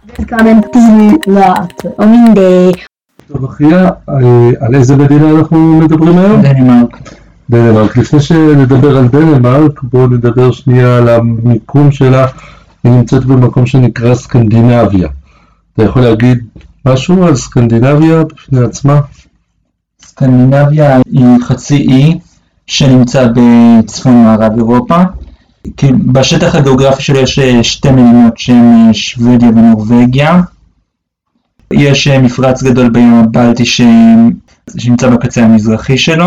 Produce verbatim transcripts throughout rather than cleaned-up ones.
Välkommen till Lat och min day. טוב אחיה, על איזה מדינה אנחנו מדברים היום? דנמרק. דנמרק. לפני שנדבר על דנמרק, בואו נדבר שנייה על המיקום שלה. היא נמצאת במקום שנקרא סקנדינביה. אתה יכול להגיד משהו על סקנדינביה בפני עצמה? סקנדינביה היא חצי אי שנמצא בצפון מערב אירופה. בשטח הגיאוגרפי שלו יש שתי מדינות שהן שוודיה ונורווגיה. יש מפרץ גדול בים הבלטי שנמצא בקצה המזרחי שלו.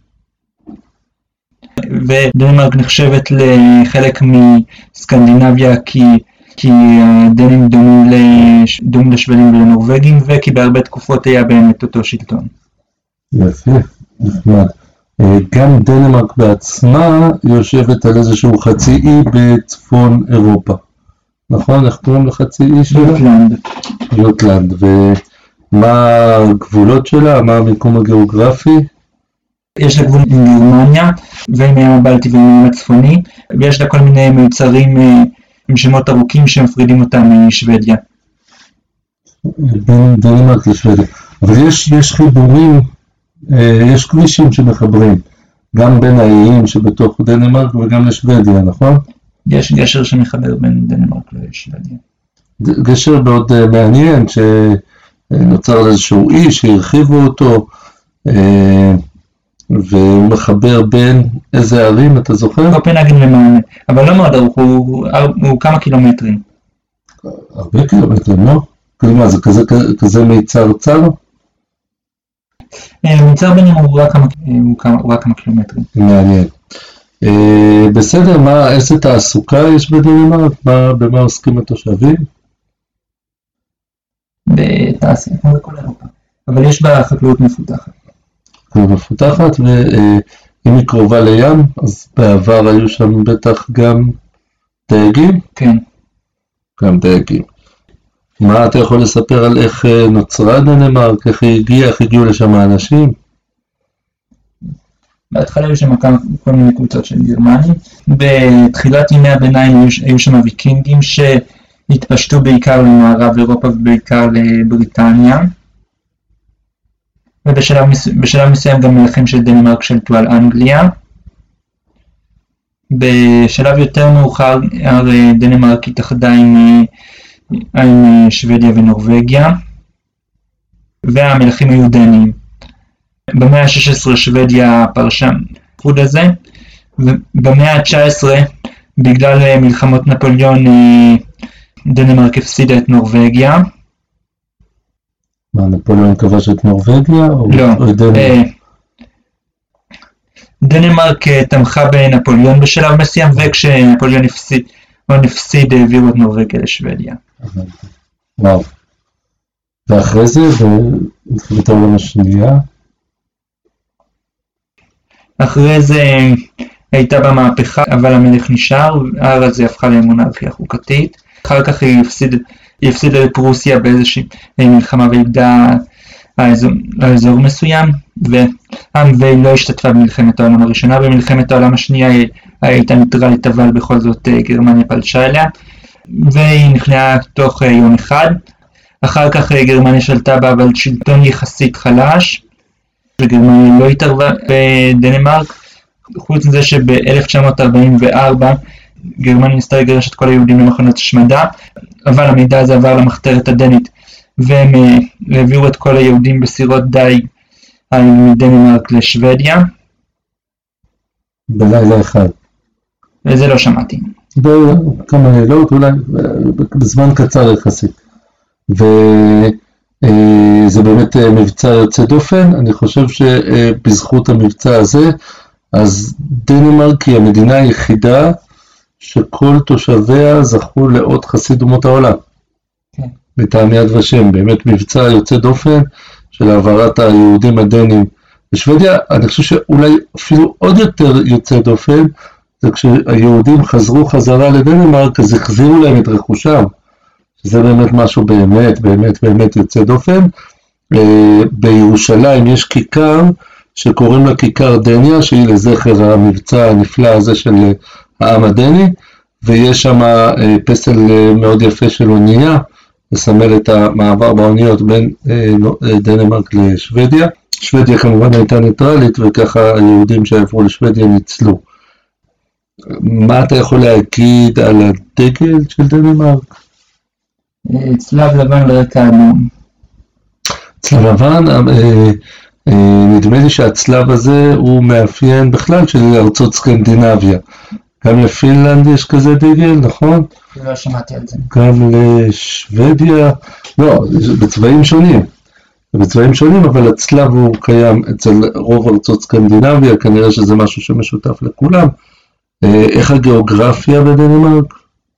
ודנמרק נחשבת לחלק מסקנדינביה כי, כי הדנים דומים, לש, דומים לשוודים ולנורווגים, וכי בהרבה תקופות היה בהם את אותו שלטון. יפה, נחמד. גם דנמרק בעצמה יושבת על איזשהו חצי אי בצפון אירופה. נכון? איך קוראים לחצי אי שלה? גוטלנד. גוטלנד. ומה הגבולות שלה? מה המיקום הגיאוגרפי? יש לה גבול עם גרמניה ועם הים הבלטי ועם הים הצפוני, ויש לה כל מיני מיצרים עם שמות ארוכים שמפרידים אותם משוודיה. בין דנמרק לשוודיה. אבל יש, יש חיבורים, יש כבישים שמחברים, גם בין האיים שבתוך דנמרק וגם לשוודיה, נכון? יש גשר שמחבר בין דנמרק לשוודיה. גשר מאוד מעניין, שנוצר איזשהו אי שהרחיבו אותו, והוא מחבר בין איזה ערים, אתה זוכר? קופנהגן ומאלמה, אבל לא מאוד ארוך, הוא, הוא כמה קילומטרים. הרבה קילומטרים, לא? כלומר, זה כזה, כזה מיצר צר? מיצר ביניהם הוא רק כמה, הוא כמה, הוא רק כמה קילומטרים. מעניין. בסדר, מה, איזה תעסוקה יש בדנמרק? מה, במה עוסקים התושבים? בתעשייה, כמו בכל אירופה. אבל יש בה חקלאות מפותחת. מפותחת, ואם היא קרובה לים, אז בעבר היו שם בטח גם דייגים? כן. גם דייגים. מה אתה יכול לספר על איך נוצרה דנמרק, איך היא הגיעה, איך הגיעו לשם האנשים? בהתחלה היו שם כל מיני קבוצות של גרמנים. בתחילת ימי הביניים היו שם ויקינגים שהתפשטו בעיקר למערב אירופה ובעיקר לבריטניה. ובשלב בשלב מסוים גם מלכים של דנמרק שלטו על אנגליה. בשלב יותר מאוחר דנמרק התאחדה עם, עם שוודיה ונורווגיה, והמלכים היו דנים. במאה ה-שש עשרה שוודיה פרשה מהאיחוד הזה, ובמאה ה-תשע עשרה בגלל מלחמות נפוליאון דנמרק הפסידה את נורווגיה. מה, נפוליאון כבש את נורווגיה? לא, דנמרק תמכה בנפוליאון בשלב מסוים, וכשנפוליאון הפסיד העבירו את נורווגיה לשוודיה. וואו. ואחרי זה, במלחמת העולם השנייה? אחרי זה הייתה במהפכה, אבל המלך נשאר, אז היא הפכה למונרכיה חוקתית. אחר כך היא הפסידה היא הפסידה לפרוסיה באיזושהי מלחמה ואיבדה האזור, האזור מסוים, והיא לא השתתפה במלחמת העולם הראשונה. במלחמת העולם השנייה היא הייתה ניטרלית, אבל בכל זאת גרמניה פלשה אליה, והיא נכנעה תוך יום אחד. אחר כך גרמניה שלטה בה, אבל שלטון יחסית חלש, וגרמניה לא התערבה בדנמרק. חוץ מזה שב-אלף תשע מאות ארבעים וארבע גרמניה ניסתה לגרש את כל היהודים למחנות השמדה, אבל המידע הזה עבר למחתרת הדנית, והם העבירו את כל היהודים בסירות דיג מדנמרק לשוודיה. בלילה אחד. וזה לא שמעתי. בכמה לילות, אולי בזמן קצר יחסית. וזה באמת מבצע יוצא דופן. אני חושב שבזכות המבצע הזה, אז דנמרק היא המדינה היחידה שכל תושביה זכו לאות חסיד אומות העולם. כן. מטעם יד ושם, באמת מבצע יוצא דופן של העברת היהודים הדנים בשוודיה. אני חושב שאולי אפילו עוד יותר יוצא דופן, זה כשהיהודים חזרו חזרה לדנמרק, אז החזירו להם את רכושם. שזה באמת משהו באמת, באמת, באמת יוצא דופן. בירושלים יש כיכר שקוראים לה כיכר דניה, שהיא לזכר המבצע הנפלא הזה של העם הדני, ויש שם פסל מאוד יפה של אונייה, לסמל את המעבר באוניות בין דנמרק לשוודיה. שוודיה כמובן הייתה ניטרלית, וככה היהודים שעברו לשוודיה ניצלו. מה אתה יכול להגיד על הדגל של דנמרק? צלב לבן לרקע אדום. צלב לבן, נדמה לי שהצלב הזה הוא מאפיין בכלל של ארצות סקנדינביה. גם לפינלנד יש כזה דגל, נכון? לא שמעתי על זה. גם לשוודיה, לא, בצבעים שונים. בצבעים שונים, אבל הצלב הוא קיים אצל רוב ארצות סקנדינביה, כנראה שזה משהו שמשותף לכולם. איך הגיאוגרפיה בדנמרק?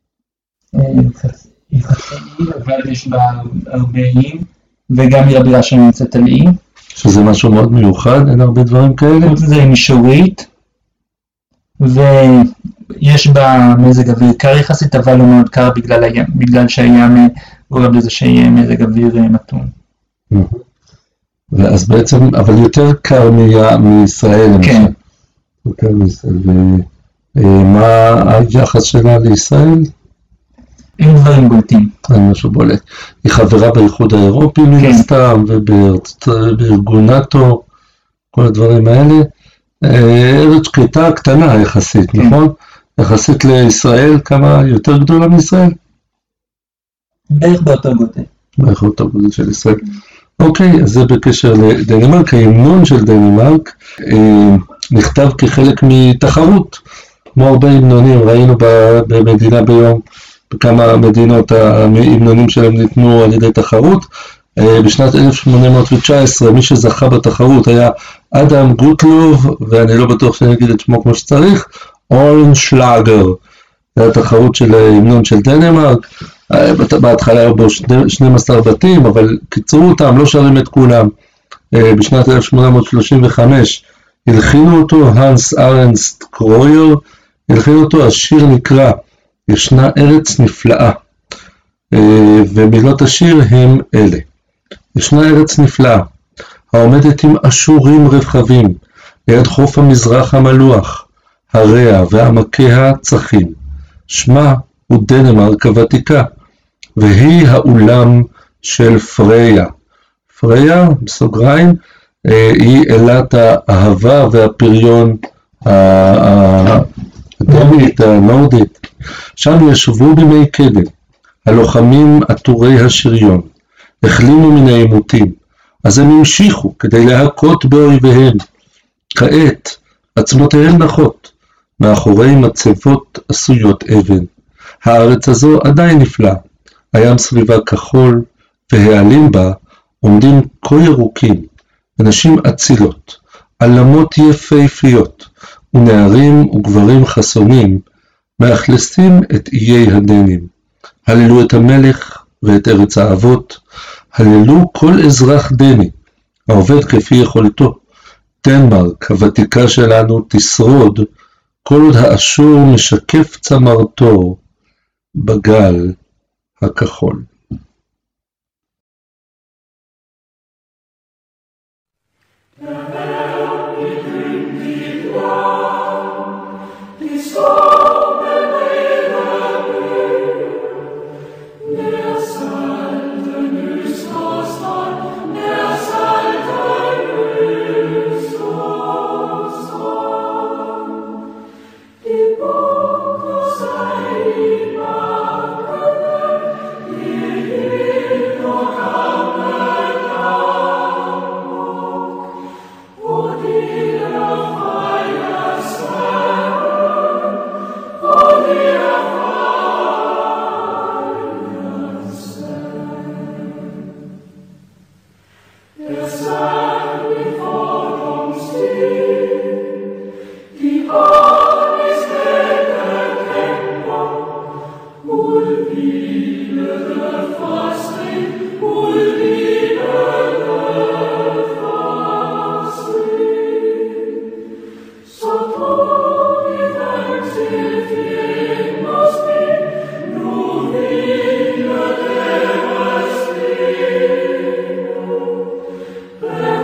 היא חצי אי, אבל יש בה הרבה איים, וגם היא הבירה שנמצאת על אי. שזה משהו מאוד מיוחד, אין הרבה דברים כאלה. חוץ מזה היא מישורית, ויש בה מזג אוויר קר יחסית, אבל לא מאוד קר בגלל, הים, בגלל שהים גורם לזה שיהיה מזג אוויר מתון. אז בעצם, אבל יותר קר מישראל. כן. יותר מישראל. ומה היחס שלה לישראל? אין דברים בולטים. אין משהו בולט. היא חברה באיחוד האירופי מן הסתם, ובארגון נאטו, כל הדברים האלה. ארץ שקטה קטנה יחסית, נכון? יחסית לישראל, כמה יותר גדולה מישראל? בערך באותו גודל. בערך באותו גודל של ישראל. אוקיי, אז זה בקשר לדנמרק. ההמנון של דנמרק נכתב כחלק מתחרות. כמו הרבה המנונים, ראינו במדינה ביום, בכמה מדינות ההמנונים שלהם ניתנו על ידי תחרות. בשנת אלף שמונה מאות תשע עשרה מי שזכה בתחרות היה אדם גוטלוב, ואני לא בטוח שאני אגיד את שמו כמו שצריך, אורן שלאגר. זה התחרות של ההמנון של דנמרק. בהתחלה היו בו שנים עשר בתים, אבל קיצרו אותם, לא שרים את כולם. בשנת אלף שמונה מאות שלושים וחמש הלחינו אותו הנס ארנסט קרויר, הלחינו אותו, השיר נקרא ישנה ארץ נפלאה, ומילות השיר הם אלה: ישנה ארץ נפלאה, העומדת עם אשורים רחבים, ליד חוף המזרח המלוח, הריה ועמקיה צחים. שמה הוא דנמרק הוותיקה, והיא האולם של פריה. פריה, בסוגריים, היא אלת האהבה והפריון הדנית, הנורדית. שם ישבו בימי קדם הלוחמים עטורי השריון, החלימו מן העימותים, אז הם המשיכו כדי להכות באויביהם. כעת עצמותיהם נחות מאחורי מצבות עשויות אבן. הארץ הזו עדיין נפלאה, הים סביבה כחול, והעלים בה עומדים כה ירוקים, ונשים אצילות, עלמות יפהפיות, ונערים וגברים חסונים, מאכלסים את איי הדנים. הללו את המלך ואת ארץ האבות, הללו כל אזרח דני, העובד כפי יכולתו. דנמרק הוותיקה שלנו תשרוד, כל עוד האשור משקף צמרתו בגל הכחול. Amen.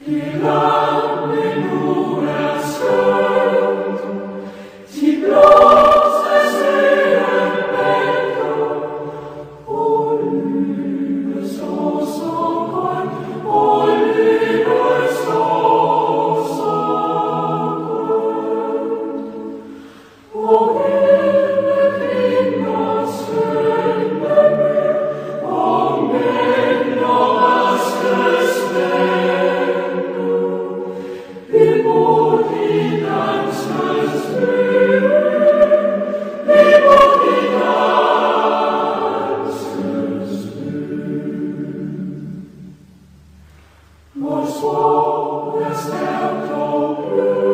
My soul is held, O